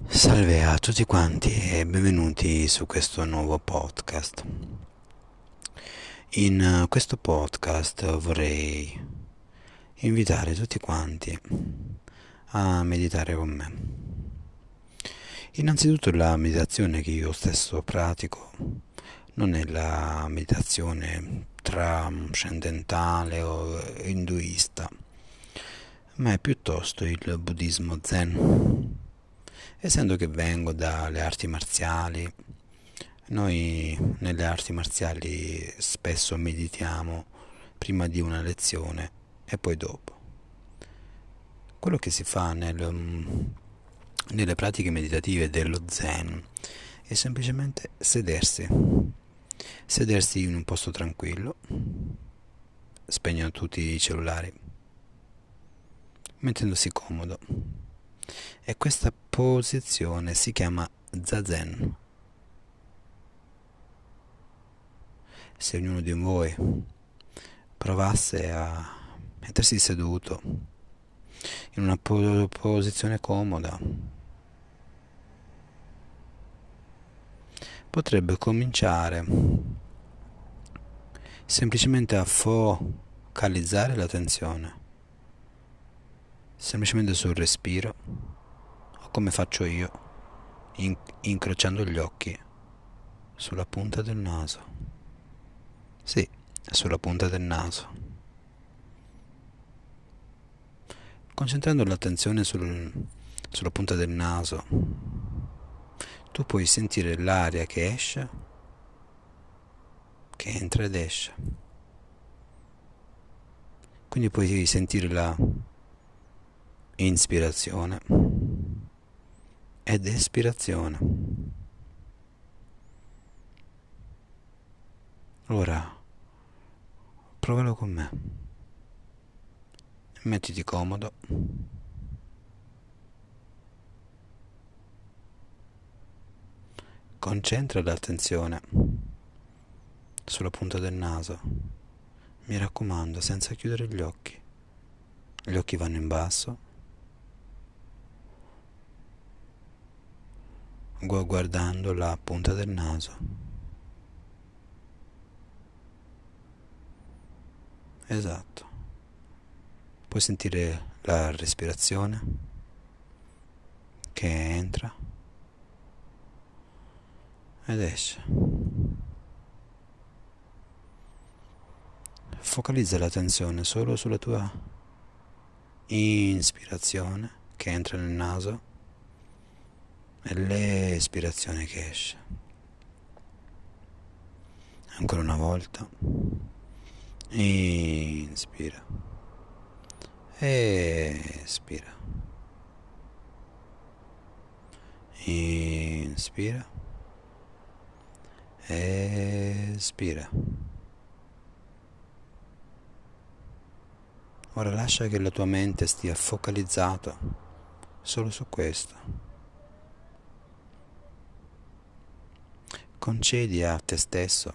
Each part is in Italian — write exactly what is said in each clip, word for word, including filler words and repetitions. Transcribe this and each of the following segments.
Salve a tutti quanti e benvenuti su questo nuovo podcast. In eh, questo podcast vorrei invitare tutti quanti a meditare con me. Innanzitutto la meditazione che io stesso pratico non è la meditazione trascendentale o induista, ma è piuttosto il buddismo zen. Essendo che vengo dalle arti marziali, noi nelle arti marziali spesso meditiamo prima di una lezione e poi dopo. Quello che si fa nel, nelle pratiche meditative dello Zen è semplicemente sedersi, sedersi in un posto tranquillo, spegnere tutti i cellulari, mettendosi comodo. E questa posizione si chiama Zazen. Se ognuno di voi provasse a mettersi seduto in una po- posizione comoda, potrebbe cominciare semplicemente a focalizzare l'attenzione, semplicemente sul respiro, o come faccio io, in- incrociando gli occhi sulla punta del naso. Sì, sulla punta del naso. Concentrando l'attenzione sul, sulla punta del naso, tu puoi sentire l'aria che esce, che entra ed esce. Quindi puoi sentire la inspirazione ed espirazione. Ora, provalo con me. Mettiti comodo. Concentra l'attenzione sulla punta del naso. Mi raccomando, senza chiudere gli occhi. Gli occhi vanno in basso. Guardando la punta del naso. Esatto. Puoi sentire la respirazione che entra ed esce. Focalizza l'attenzione solo sulla tua inspirazione che entra nel naso e l'espirazione che esce. Ancora una volta. Inspira. Espira. Inspira. Espira. Ora lascia che la tua mente stia focalizzata solo su questo. Concedi a te stesso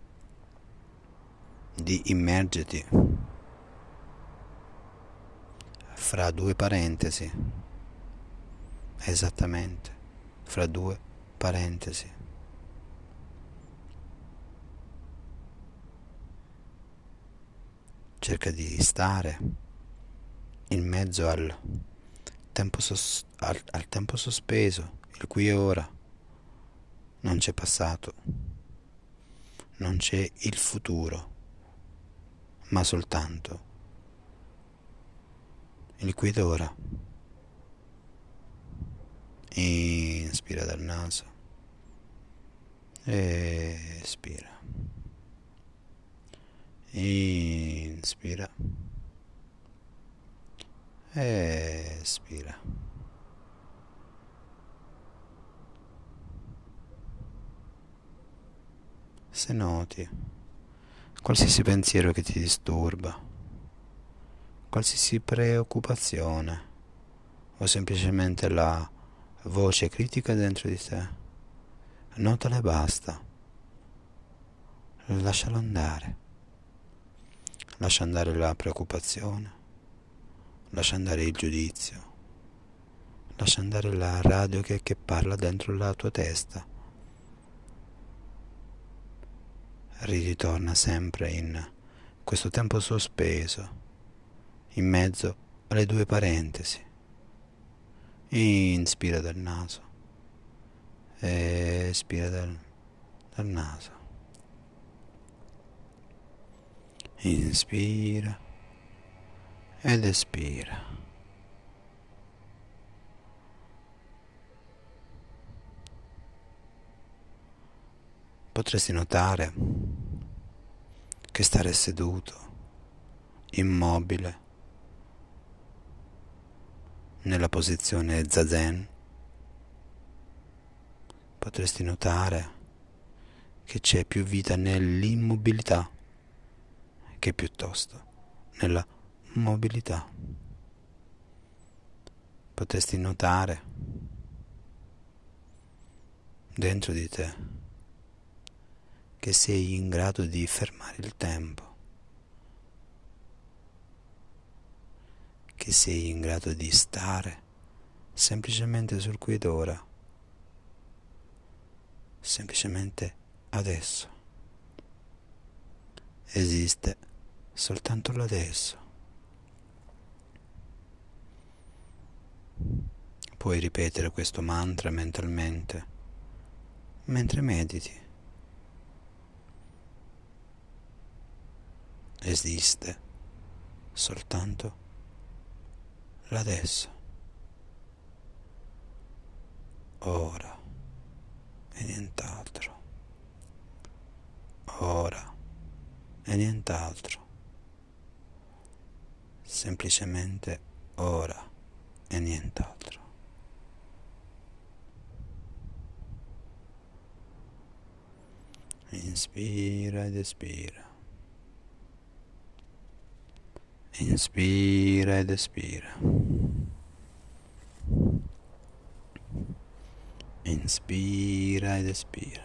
di immergerti fra due parentesi, esattamente, fra due parentesi. Cerca di stare in mezzo al tempo, sos- al, al tempo sospeso, il qui e ora. Non c'è passato, non c'è il futuro, ma soltanto il qui ed ora. Inspira dal naso, espira, inspira, espira. Se noti qualsiasi pensiero che ti disturba, qualsiasi preoccupazione o semplicemente la voce critica dentro di te, notala e basta. Lascialo andare. Lascia andare la preoccupazione, lascia andare il giudizio, lascia andare la radio che, che parla dentro la tua testa. Ritorna sempre in questo tempo sospeso, in mezzo alle due parentesi. Inspira dal naso, espira dal, dal naso. Inspira ed espira. Potresti notare che stare seduto, immobile, nella posizione zazen, potresti notare che c'è più vita nell'immobilità che piuttosto nella mobilità. Potresti notare dentro di te che sei in grado di fermare il tempo, che sei in grado di stare semplicemente sul qui ed ora, semplicemente adesso. Esiste soltanto l'adesso. Puoi ripetere questo mantra mentalmente mentre mediti. Esiste soltanto l'adesso, ora e nient'altro, ora e nient'altro, semplicemente ora e nient'altro. Inspira ed espira. Inspira ed espira. Inspira ed espira.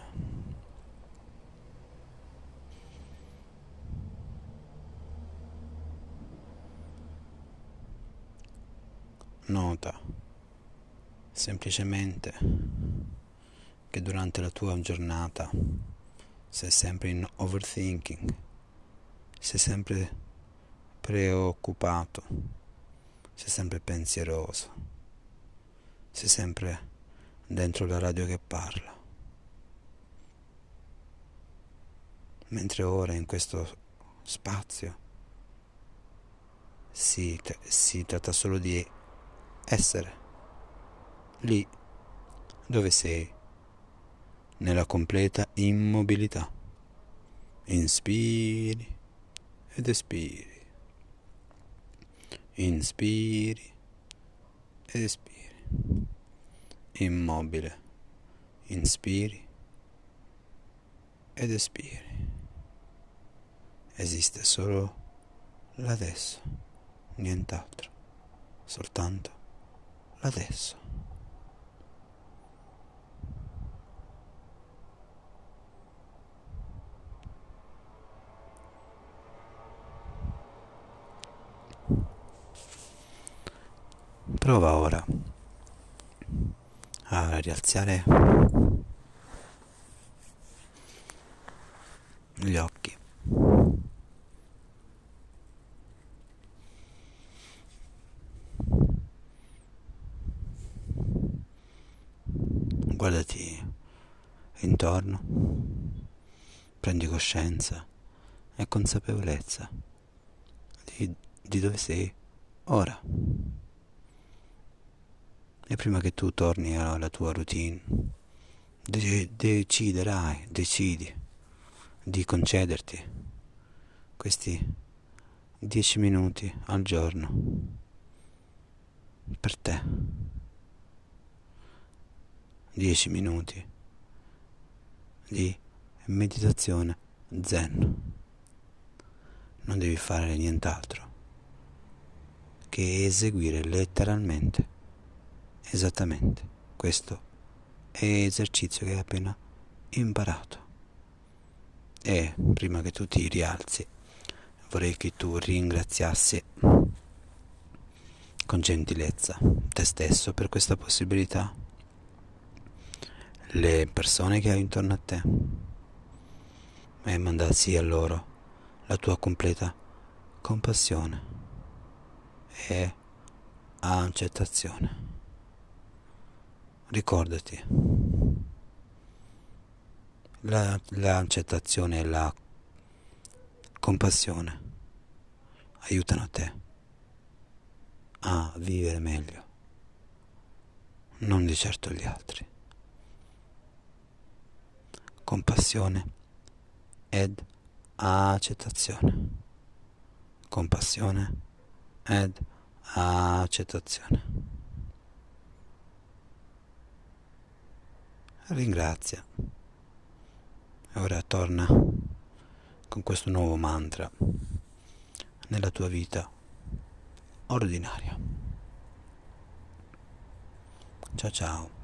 Nota semplicemente che durante la tua giornata sei sempre in overthinking, sei sempre preoccupato, sei sempre pensieroso, sei sempre dentro la radio che parla. Mentre ora in questo spazio si, si tratta solo di essere lì dove sei, nella completa immobilità. Inspiri ed espiri. Inspiri ed espiri. Immobile. Inspiri ed espiri. Esiste solo l'adesso, nient'altro, soltanto l'adesso. Prova ora a rialzare gli occhi. Guardati intorno, prendi coscienza e consapevolezza di, di dove sei ora. E prima che tu torni alla tua routine, de- deciderai, decidi di concederti questi dieci minuti al giorno per te. Dieci minuti di meditazione zen. Non devi fare nient'altro che eseguire letteralmente esattamente questo esercizio che hai appena imparato. E prima che tu ti rialzi, vorrei che tu ringraziassi con gentilezza te stesso per questa possibilità, le persone che hai intorno a te, e mandassi a loro la tua completa compassione e accettazione. Ricordati, la, l'accettazione e la compassione aiutano te a vivere meglio, non di certo gli altri. Compassione ed accettazione. Compassione ed accettazione. Ringrazia. E ora torna con questo nuovo mantra nella tua vita ordinaria. Ciao ciao.